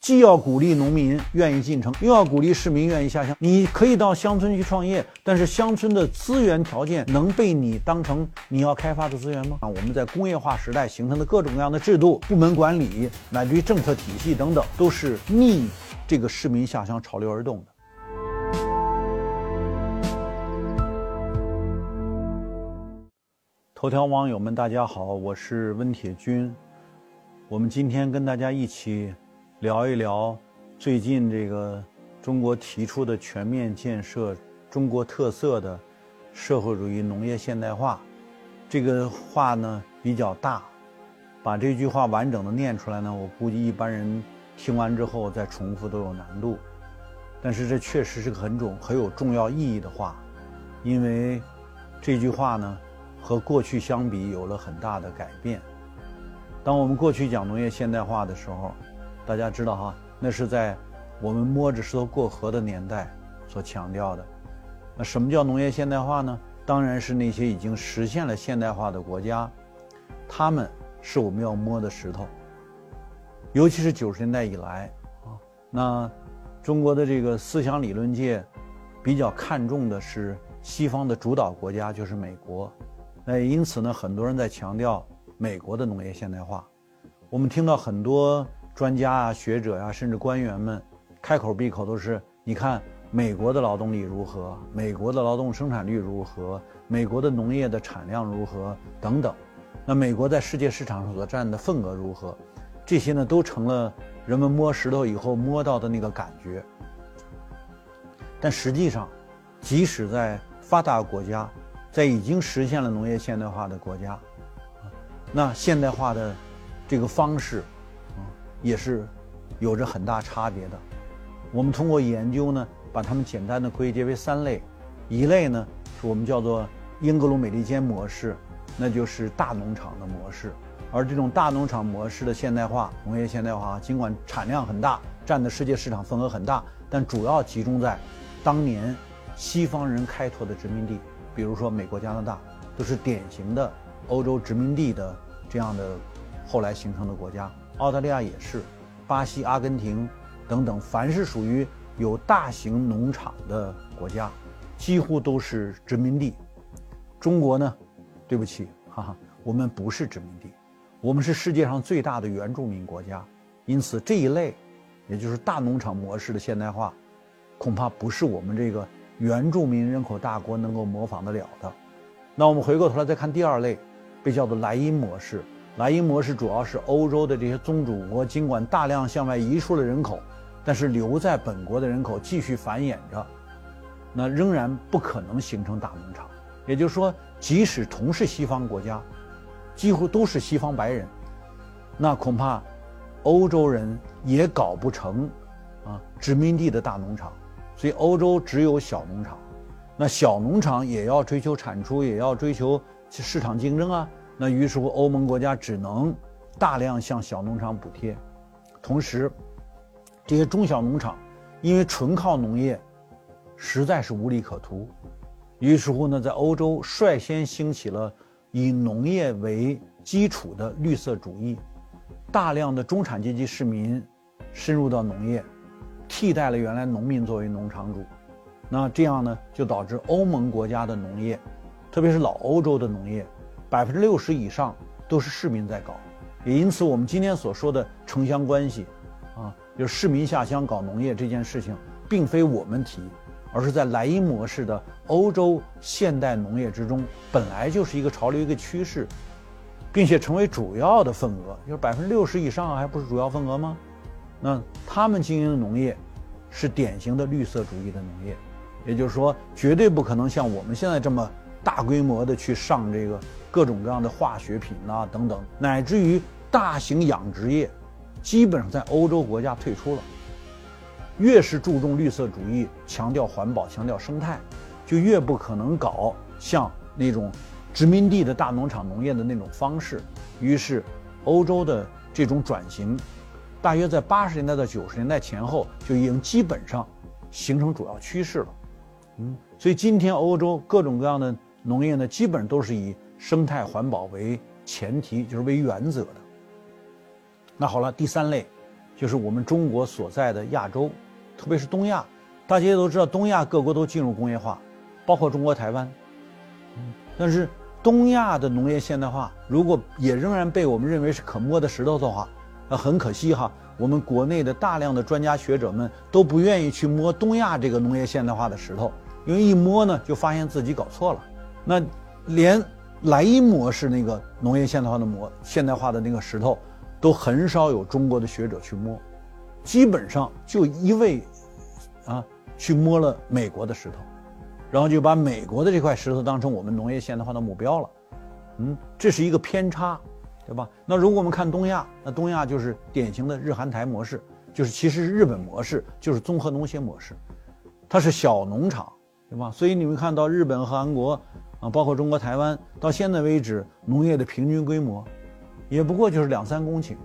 既要鼓励农民愿意进城，又要鼓励市民愿意下乡。你可以到乡村去创业，但是乡村的资源条件能被你当成你要开发的资源吗？我们在工业化时代形成的各种各样的制度、部门管理，乃至于政策体系等等，都是逆这个市民下乡潮流而动的。头条网友们，大家好，我是温铁军。我们今天跟大家一起聊一聊最近这个中国提出的全面建设中国特色的社会主义农业现代化。这个话呢比较大，把这句话完整的念出来呢，我估计一般人听完之后再重复都有难度。但是这确实是个很有重要意义的话，因为这句话呢和过去相比有了很大的改变。当我们过去讲农业现代化的时候，大家知道哈，那是在我们摸着石头过河的年代所强调的。那什么叫农业现代化呢？当然是那些已经实现了现代化的国家，他们是我们要摸的石头。尤其是90年代以来啊，那中国的这个思想理论界比较看重的是西方的主导国家，就是美国。那也因此呢，很多人在强调美国的农业现代化。我们听到很多专家啊、学者啊，甚至官员们开口闭口都是：你看美国的劳动力如何，美国的劳动生产率如何，美国的农业的产量如何等等。那美国在世界市场上所占的份额如何？这些呢，都成了人们摸石头以后摸到的那个感觉。但实际上，即使在发达国家，在已经实现了农业现代化的国家，那现代化的这个方式也是有着很大差别的。我们通过研究呢，把它们简单的归结为3类。一类呢是我们叫做英格鲁美利坚模式，那就是大农场的模式。而这种大农场模式的现代化，农业现代化，尽管产量很大，占的世界市场份额很大，但主要集中在当年西方人开拓的殖民地，比如说美国、加拿大，都是典型的欧洲殖民地的这样的后来形成的国家。澳大利亚也是，巴西、阿根廷等等，凡是属于有大型农场的国家，几乎都是殖民地。中国呢，对不起，我们不是殖民地，我们是世界上最大的原住民国家。因此这一类，也就是大农场模式的现代化，恐怕不是我们这个原住民人口大国能够模仿得了的。那我们回过头来再看第2类，被叫做莱茵模式。莱茵模式主要是欧洲的这些宗主国，尽管大量向外移出了人口，但是留在本国的人口继续繁衍着，那仍然不可能形成大农场。也就是说，即使同是西方国家，几乎都是西方白人，那恐怕欧洲人也搞不成殖民地的大农场。所以欧洲只有小农场，那小农场也要追求产出，也要追求市场竞争啊。那于是乎欧盟国家只能大量向小农场补贴。同时这些中小农场因为纯靠农业实在是无利可图，于是乎呢，在欧洲率先兴起了以农业为基础的绿色主义，大量的中产阶级市民深入到农业，替代了原来农民作为农场主。那这样呢，就导致欧盟国家的农业，特别是老欧洲的农业，60%以上都是市民在搞。也因此我们今天所说的城乡关系就是市民下乡搞农业这件事情，并非我们提，而是在莱茵模式的欧洲现代农业之中，本来就是一个潮流，一个趋势，并且成为主要的份额，就是60%以上还不是主要份额吗？那他们经营的农业是典型的绿色主义的农业，也就是说绝对不可能像我们现在这么大规模的去上这个各种各样的化学品等等，乃至于大型养殖业基本上在欧洲国家退出了。越是注重绿色主义，强调环保，强调生态，就越不可能搞像那种殖民地的大农场农业的那种方式。于是欧洲的这种转型大约在80年代到90年代前后就已经基本上形成主要趋势了。所以今天欧洲各种各样的农业呢，基本上都是以生态环保为前提，就是为原则的。那好了，第3类就是我们中国所在的亚洲，特别是东亚。大家也都知道，东亚各国都进入工业化，包括中国台湾。但是东亚的农业现代化，如果也仍然被我们认为是可摸的石头的话，很可惜哈，我们国内的大量的专家学者们都不愿意去摸东亚这个农业现代化的石头，因为一摸呢，就发现自己搞错了。那连莱茵模式那个农业现代化的那个石头，都很少有中国的学者去摸，基本上就一味去摸了美国的石头，然后就把美国的这块石头当成我们农业现代化的目标了。这是一个偏差，对吧？那如果我们看东亚，那东亚就是典型的日韩台模式，就是其实是日本模式，就是综合农协模式，它是小农场，对吧？所以你们看到日本和韩国包括中国台湾，到现在为止农业的平均规模也不过就是2-3公顷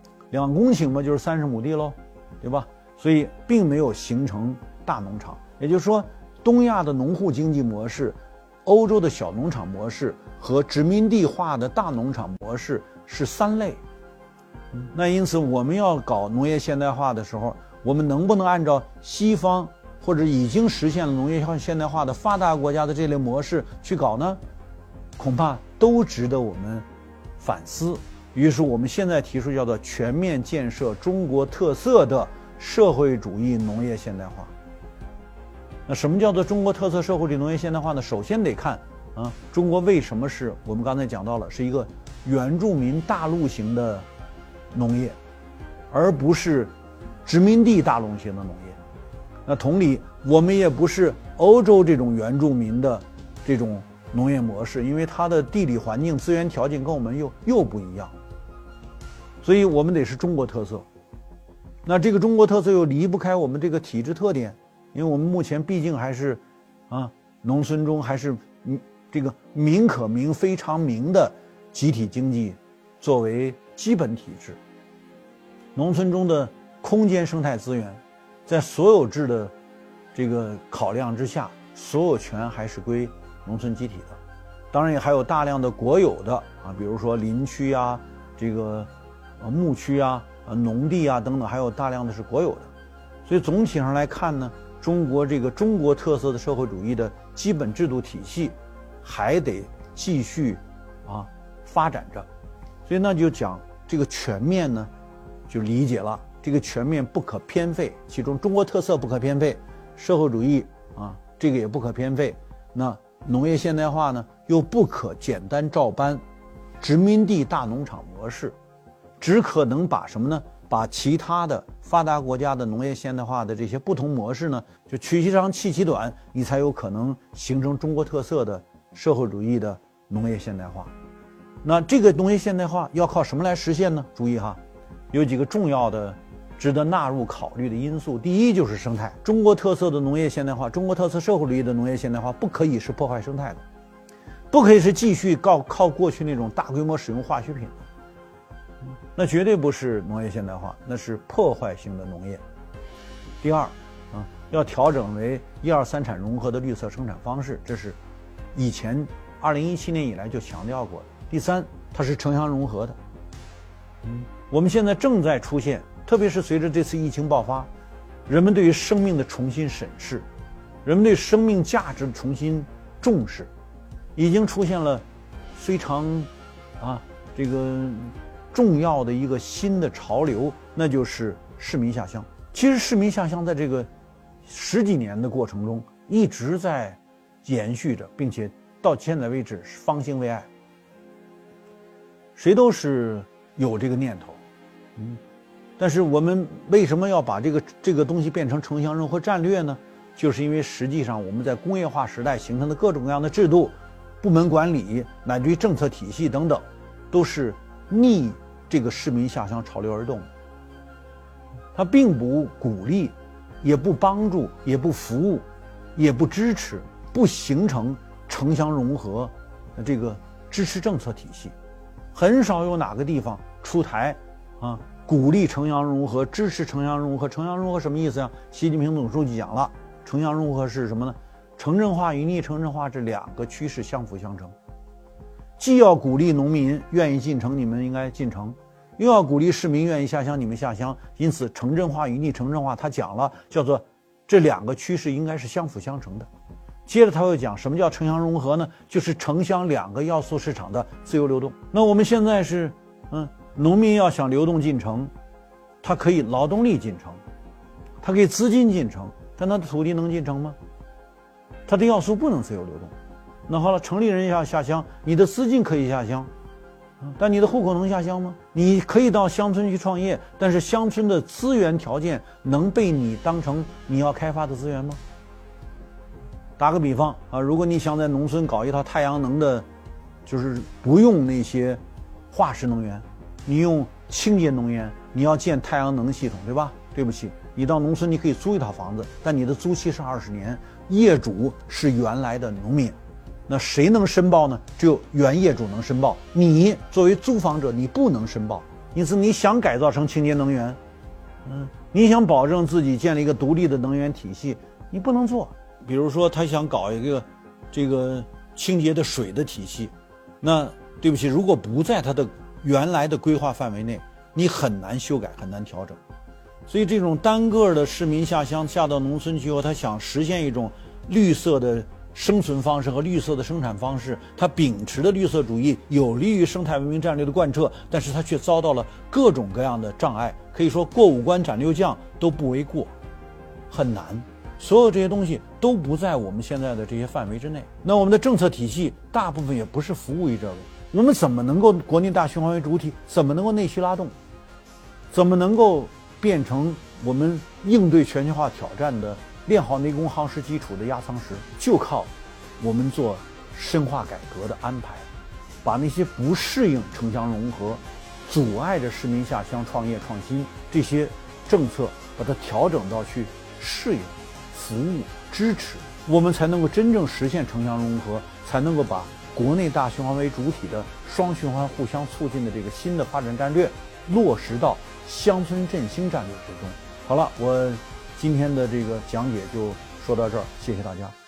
，2公顷嘛就是30亩地喽，对吧？所以并没有形成大农场。也就是说，东亚的农户经济模式、欧洲的小农场模式和殖民地化的大农场模式是3类。那因此我们要搞农业现代化的时候，我们能不能按照西方或者已经实现了农业现代化的发达国家的这类模式去搞呢？恐怕都值得我们反思。于是我们现在提出叫做全面建设中国特色的社会主义农业现代化。那什么叫做中国特色社会主义农业现代化呢？首先得看中国为什么是我们刚才讲到了是一个原住民大陆型的农业，而不是殖民地大陆型的农业。那同理，我们也不是欧洲这种原住民的这种农业模式，因为它的地理环境、资源条件跟我们又不一样，所以我们得是中国特色。那这个中国特色又离不开我们这个体制特点，因为我们目前毕竟还是农村中还是这个民可民非常民的集体经济作为基本体制。农村中的空间生态资源，在所有制的这个考量之下，所有权还是归农村集体的。当然也还有大量的国有的比如说林区这个牧区农地等等，还有大量的是国有的。所以总体上来看呢，中国这个中国特色的社会主义的基本制度体系还得继续发展着。所以那就讲这个全面呢，就理解了这个全面不可偏废，其中中国特色不可偏废，社会主义这个也不可偏废。那农业现代化呢，又不可简单照搬殖民地大农场模式，只可能把什么呢？把其他的发达国家的农业现代化的这些不同模式呢，就取其长弃其短，你才有可能形成中国特色的社会主义的农业现代化。那这个农业现代化要靠什么来实现呢？注意有几个重要的值得纳入考虑的因素。第一就是生态，中国特色的农业现代化，中国特色社会主义的农业现代化不可以是破坏生态的，不可以是继续靠过去那种大规模使用化学品，那绝对不是农业现代化，那是破坏性的农业。第二要调整为1、2、3产融合的绿色生产方式，这是以前2017年以来就强调过的。第三，它是城乡融合的。我们现在正在出现，特别是随着这次疫情爆发，人们对于生命的重新审视，人们对生命价值的重新重视，已经出现了非常这个重要的一个新的潮流，那就是市民下乡。其实市民下乡在这个10几年的过程中一直在延续着，并且到现在为止方兴未艾。谁都是有这个念头，但是我们为什么要把这个东西变成城乡融合战略呢？就是因为实际上我们在工业化时代形成的各种各样的制度、部门管理乃至于政策体系等等，都是逆这个市民下乡潮流而动的。它并不鼓励，也不帮助，也不服务，也不支持，不形成城乡融合的这个支持政策体系。很少有哪个地方出台鼓励城乡融合，支持城乡融合。城乡融合什么意思习近平总书记讲了，城乡融合是什么呢？城镇化与逆城镇化这2个趋势相辅相成，既要鼓励农民愿意进城，你们应该进城， 又要鼓励市民愿意下乡，你们下乡。因此，城镇化与逆城镇化，他讲了叫做这两个趋势应该是相辅相成的。接着他又讲什么叫城乡融合呢？就是城乡两个要素市场的自由流动。那我们现在是，农民要想流动进城，他可以劳动力进城，他可以资金进城，但他的土地能进城吗？他的要素不能自由流动。那好了，城里人要下乡，你的资金可以下乡，但你的户口能下乡吗？你可以到乡村去创业，但是乡村的资源条件能被你当成你要开发的资源吗？打个比方啊，如果你想在农村搞一套太阳能的，就是不用那些化石能源，你用清洁能源，你要建太阳能系统，对吧？对不起，你到农村你可以租一套房子，但你的租期是20年，业主是原来的农民，那谁能申报呢？只有原业主能申报，你作为租房者你不能申报。因此你想改造成清洁能源，你想保证自己建立一个独立的能源体系，你不能做。比如说他想搞一个这个清洁的水的体系，那对不起，如果不在他的原来的规划范围内，你很难修改，很难调整。所以这种单个的市民下乡下到农村去后，他想实现一种绿色的生存方式和绿色的生产方式，他秉持的绿色主义有利于生态文明战略的贯彻，但是他却遭到了各种各样的障碍，可以说过5关斩6将都不为过，很难。所有这些东西都不在我们现在的这些范围之内。那我们的政策体系大部分也不是服务于这个，我们怎么能够国内大循环为主体？怎么能够内需拉动？怎么能够变成我们应对全球化挑战的练好内功夯实基础的压舱石？就靠我们做深化改革的安排，把那些不适应城乡融合、阻碍着市民下乡创业创新这些政策，把它调整到去适应、服务、支持，我们才能够真正实现城乡融合，才能够把国内大循环为主体的双循环互相促进的这个新的发展战略落实到乡村振兴战略之中。好了，我今天的这个讲解就说到这儿，谢谢大家。